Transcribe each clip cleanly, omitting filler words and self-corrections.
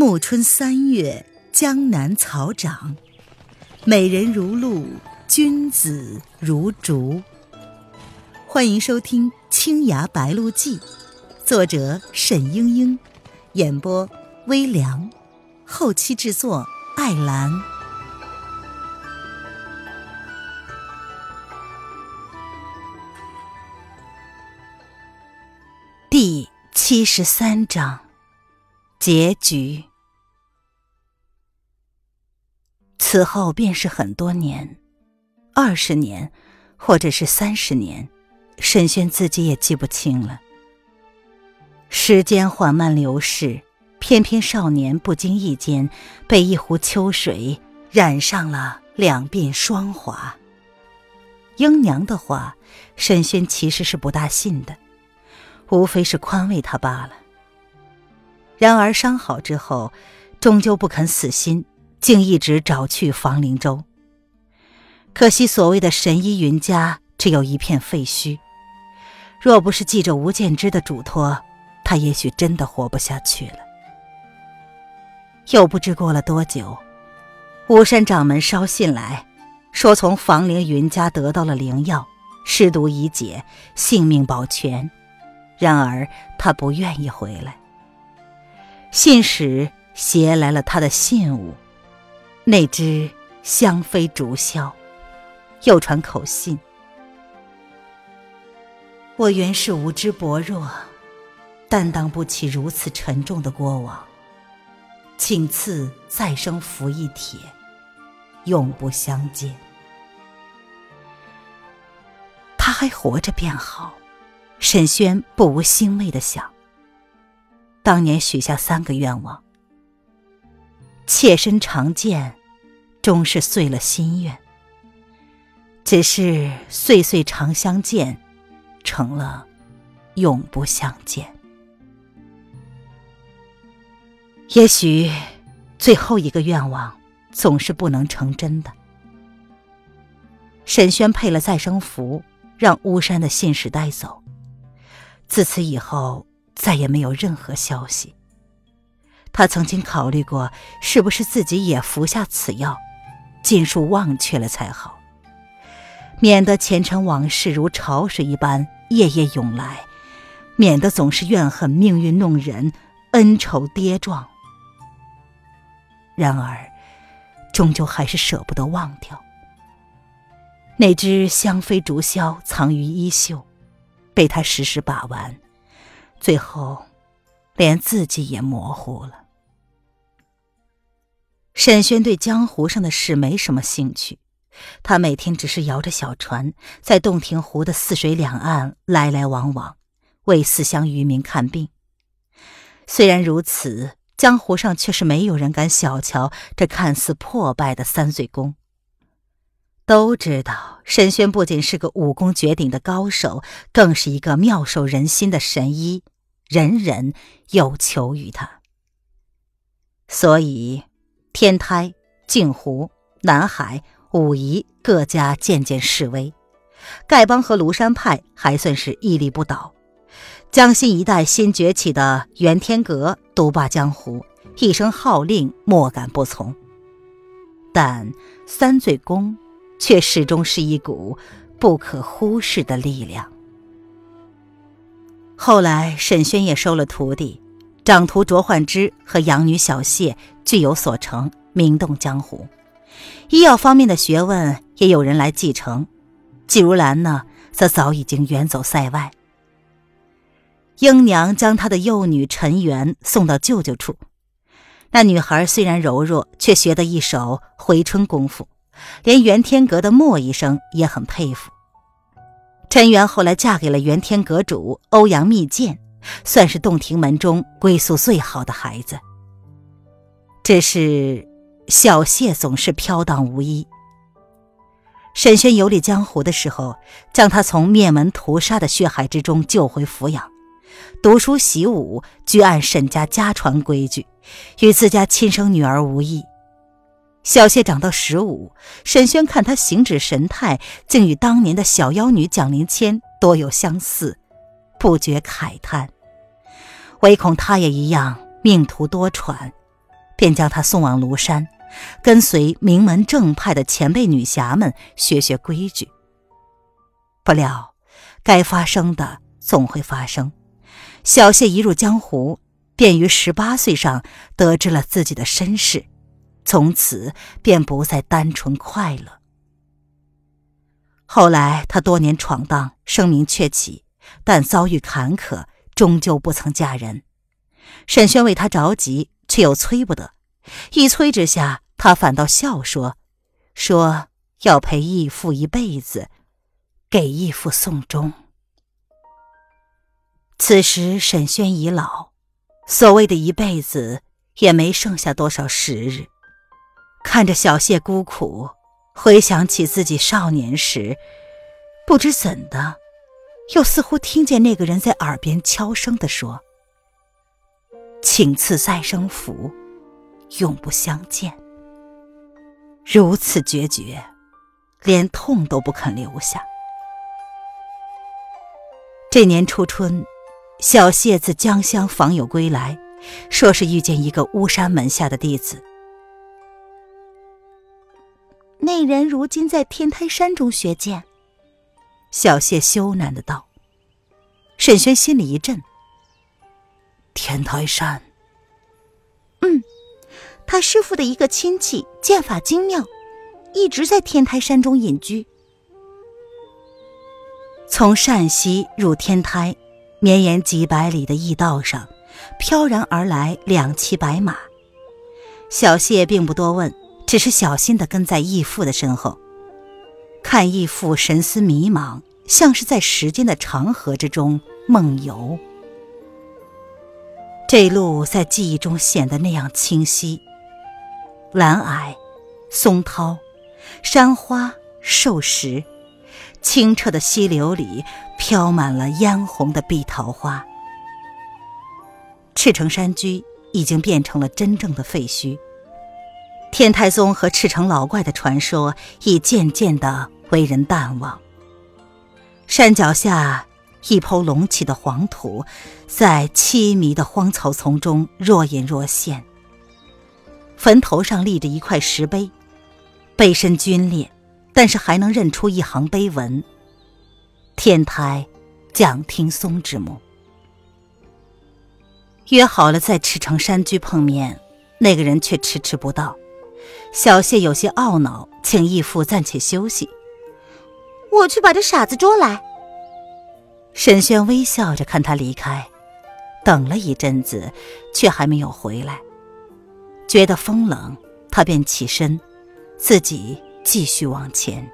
暮春3月，江南草长，美人如露，君子如竹。欢迎收听《青崖白鹿记》，作者沈英英，演播微凉，后期制作艾兰。第73章结局。此后便是很多年，20年或者是30年，沈轩自己也记不清了。时间缓慢流逝，偏偏少年不经意间被一湖秋水染上了两鬓霜华。英娘的话，沈轩其实是不大信的，无非是宽慰他罢了。然而伤好之后，终究不肯死心，竟一直找去房灵州。可惜所谓的神医云家只有一片废墟，若不是记着吴建之的嘱托，他也许真的活不下去了。又不知过了多久，巫山掌门捎信来，说从房灵云家得到了灵药，尸毒已解，性命保全。然而他不愿意回来。信使携来了他的信物，那只香妃竹箫，又传口信：我原是无知薄弱，担当不起如此沉重的锅网，请赐再生符一帖，永不相见。他还活着便好，沈轩不无欣慰地想。当年许下3个愿望，妾身常见，终是遂了心愿。只是岁岁常相见，成了永不相见。也许最后一个愿望总是不能成真的。沈轩配了再生符，让巫山的信使带走。自此以后再也没有任何消息。他曾经考虑过，是不是自己也服下此药，尽数忘却了才好，免得前尘往事如潮水一般夜夜涌来，免得总是怨恨命运弄人，恩仇跌撞。然而终究还是舍不得忘掉。那只香妃竹箫藏于衣袖，被他时时把玩，最后连自己也模糊了。沈轩对江湖上的事没什么兴趣，他每天只是摇着小船，在洞庭湖的泗水两岸来来往往，为四乡渔民看病。虽然如此，江湖上却是没有人敢小瞧这看似破败的三岁宫。都知道沈轩不仅是个武功绝顶的高手，更是一个妙手仁心的神医，人人有求于他。所以天台、镜湖、南海、武夷各家渐渐式微，丐帮和庐山派还算是屹立不倒。江西一带新崛起的袁天阁独霸江湖，一声号令莫敢不从。但三醉宫却始终是一股不可忽视的力量。后来沈轩也收了徒弟，长徒卓焕之和养女小谢具有所成，名动江湖。医药方面的学问也有人来继承，季如兰呢，则早已经远走塞外。英娘将她的幼女陈媛送到舅舅处，那女孩虽然柔弱，却学得一手回春功夫，连袁天阁的莫医生也很佩服。陈媛后来嫁给了袁天阁主欧阳密剑，算是洞庭门中归宿最好的孩子。只是小谢总是飘荡无依。沈轩游历江湖的时候，将他从灭门屠杀的血海之中救回抚养，读书习武均按沈家家传规矩，与自家亲生女儿无异。小谢长到15，沈轩看他行止神态，竟与当年的小妖女蒋灵谦多有相似，不觉慨叹。唯恐他也一样命途多舛， 便将他送往庐山，跟随名门正派的前辈女侠们学学规矩。不料该发生的总会发生，小谢一入江湖，便于18岁上得知了自己的身世，从此便不再单纯快乐。后来他多年闯荡，声名鹊起，但遭遇坎坷，终究不曾嫁人。沈轩为他着急，却又催不得，一催之下，他反倒笑说要陪义父一辈子，给义父送终。此时沈轩已老，所谓的一辈子也没剩下多少时日。看着小谢孤苦，回想起自己少年时，不知怎的，又似乎听见那个人在耳边悄声地说：请赐再生福，永不相见。如此决绝，连痛都不肯留下。这年初春，小谢自江乡访友归来，说是遇见一个巫山门下的弟子。 那人如今在天台山中学剑。 小谢羞赧的道。沈轩心里一震。天台山？ 他师父的一个亲戚剑法精妙，一直在天台山中隐居。 从陕西入天台，绵延几百里的驿道上，飘然而来2骑白马。小谢并不多问，只是小心地跟在义父的身后，看义父神思迷茫，像是在时间的长河之中梦游。这路在记忆中显得那样清晰，蓝霭、松涛、山花、兽石，清澈的溪流里飘满了嫣红的碧桃花。赤城山居已经变成了真正的废墟，天台宗和赤城老怪的传说已渐渐地为人淡忘。山脚下一抔隆起的黄土，在凄迷的荒草丛中若隐若现。坟头上立着一块石碑，碑身皲裂，但是还能认出一行碑文：天台蒋听松之墓。约好了在赤城山居碰面，那个人却迟迟不到。小谢有些懊恼，请义父暂且休息。 我去把这傻子捉来。 沈轩微笑着看他离开，等了一阵子，却还没有回来。觉得风冷，他便起身，自己继续往前。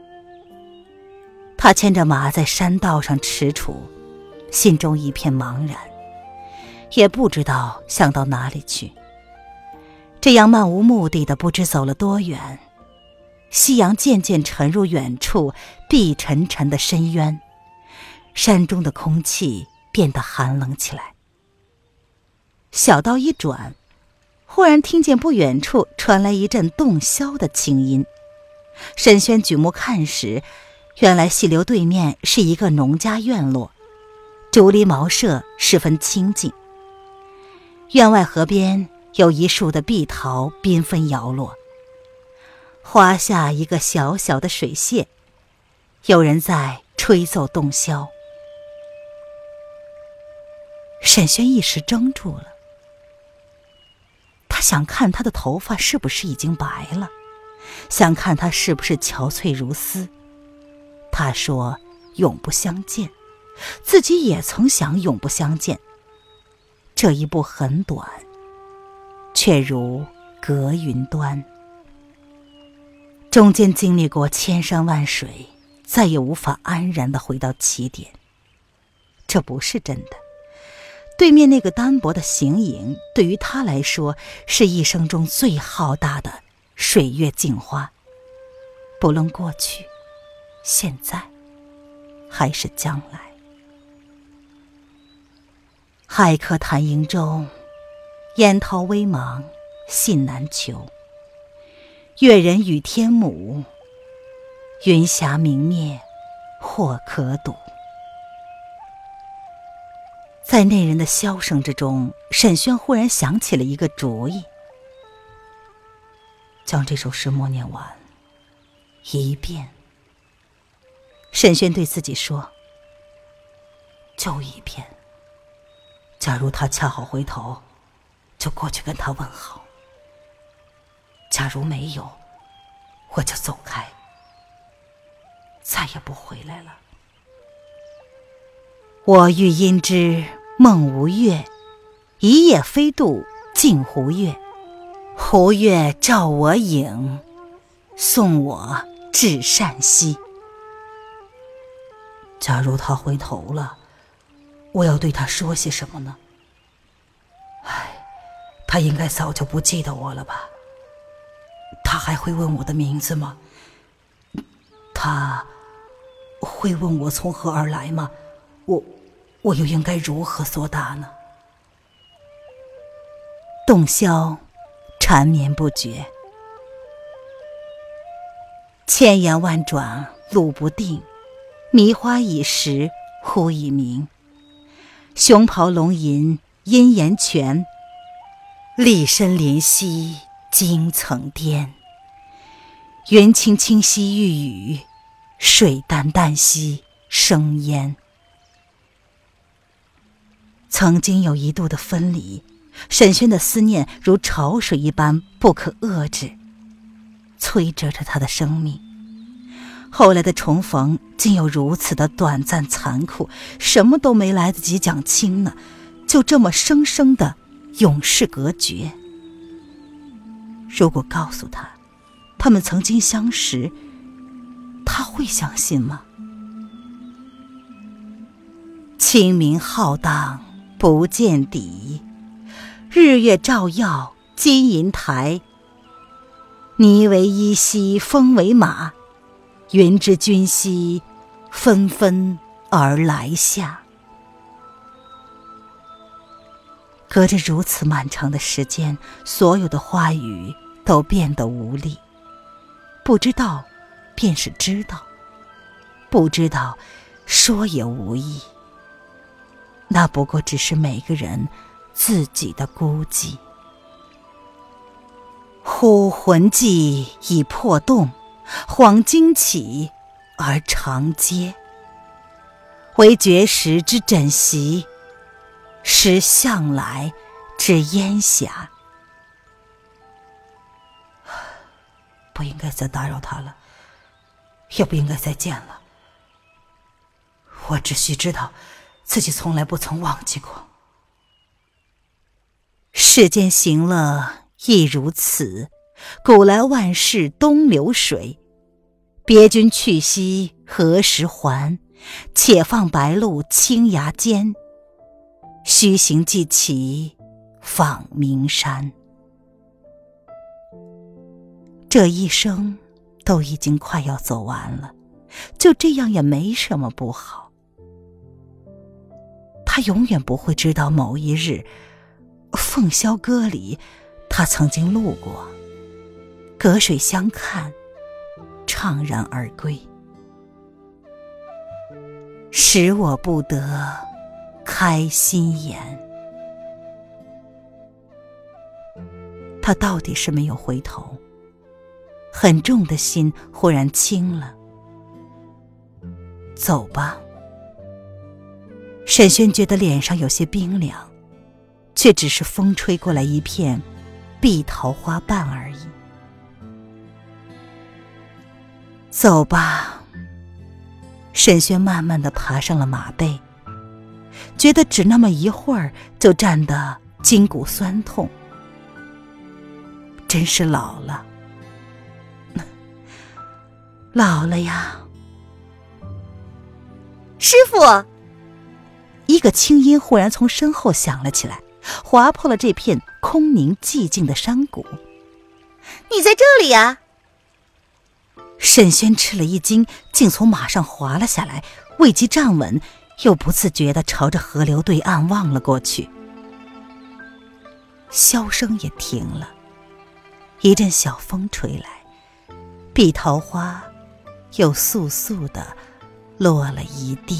他牵着马在山道上踟蹰，心中一片茫然，也不知道想到哪里去。这样漫无目的的不知走了多远，夕阳渐渐沉入远处碧沉沉的深渊，山中的空气变得寒冷起来。小道一转，忽然听见不远处传来一阵洞箫的清音。沈轩举目看时，原来溪流对面是一个农家院落，竹篱茅舍，十分清静。院外河边有一树的碧桃缤纷摇落，花下一个小小的水榭，有人在吹奏洞箫。沈轩一时怔住了，他想看他的头发是不是已经白了，想看他是不是憔悴如丝。他说永不相见，自己也曾想永不相见，这一步很短，却如隔云端。中间经历过千山万水，再也无法安然地回到起点。这不是真的。对面那个单薄的形影，对于他来说是一生中最浩大的水月镜花，不论过去、现在还是将来。海客谈瀛洲，烟涛微茫，信难求。越人语天母，云霞明灭，或可睹。在那人的箫声之中，沈轩忽然想起了一个主意。 将这首诗默念完一遍。沈轩对自己说，就一遍，假如他恰好回头，就过去跟他问好，假如没有，我就走开，再也不回来了。我欲因之梦无月，一夜飞渡镜湖月。湖月照我影，送我至善溪。假如他回头了，我要对他说些什么呢？他应该早就不记得我了吧？他还会问我的名字吗？他会问我从何而来吗？我又应该如何作答呢？洞箫缠绵不绝，千言万转路不定，迷花已时忽已明。熊咆龙吟阴岩泉，立身临溪惊层巅。云轻轻兮欲雨，水淡淡兮生烟。曾经有一度的分离，沈轩的思念如潮水一般不可遏制，摧折着他的生命。后来的重逢竟有如此的短暂残酷，什么都没来得及讲清呢，就这么生生的永世隔绝。如果告诉他他们曾经相识，他会相信吗？清明浩荡不见底，日月照耀金银台。霓为衣兮风为马，云之君兮纷纷而来下。隔着如此漫长的时间，所有的话语都变得无力。不知道便是知道，不知道说也无益。那不过只是每个人自己的孤寂。忽魂悸已破洞，恍惊起而长嗟。惟绝食之枕席，失向来之烟霞。不应该再打扰他了，也不应该再见了。我只需知道自己从来不曾忘记过。世间行乐亦如此，古来万事东流水。别君去兮何时还？且放白鹿青崖间。须行即骑访名山。这一生都已经快要走完了，就这样也没什么不好。他永远不会知道某一日，凤箫歌里他曾经路过，隔水相看，怅然而归。使我不得开心颜。他到底是没有回头，很重的心忽然轻了。走吧。沈轩觉得脸上有些冰凉，却只是风吹过来一片碧桃花瓣而已。走吧。沈轩慢慢地爬上了马背，觉得只那么一会儿就站得筋骨酸痛。真是老了，老了呀。 师傅！ 一个轻音忽然从身后响了起来，划破了这片空宁寂静的山谷。 你在这里啊？ 沈轩吃了一惊，竟从马上滑了下来，未及站稳，又不自觉地朝着河流对岸望了过去。箫声也停了，一阵小风吹来，碧桃花又簌簌地落了一地。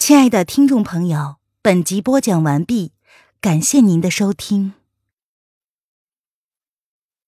亲爱的听众朋友，本集播讲完毕，感谢您的收听。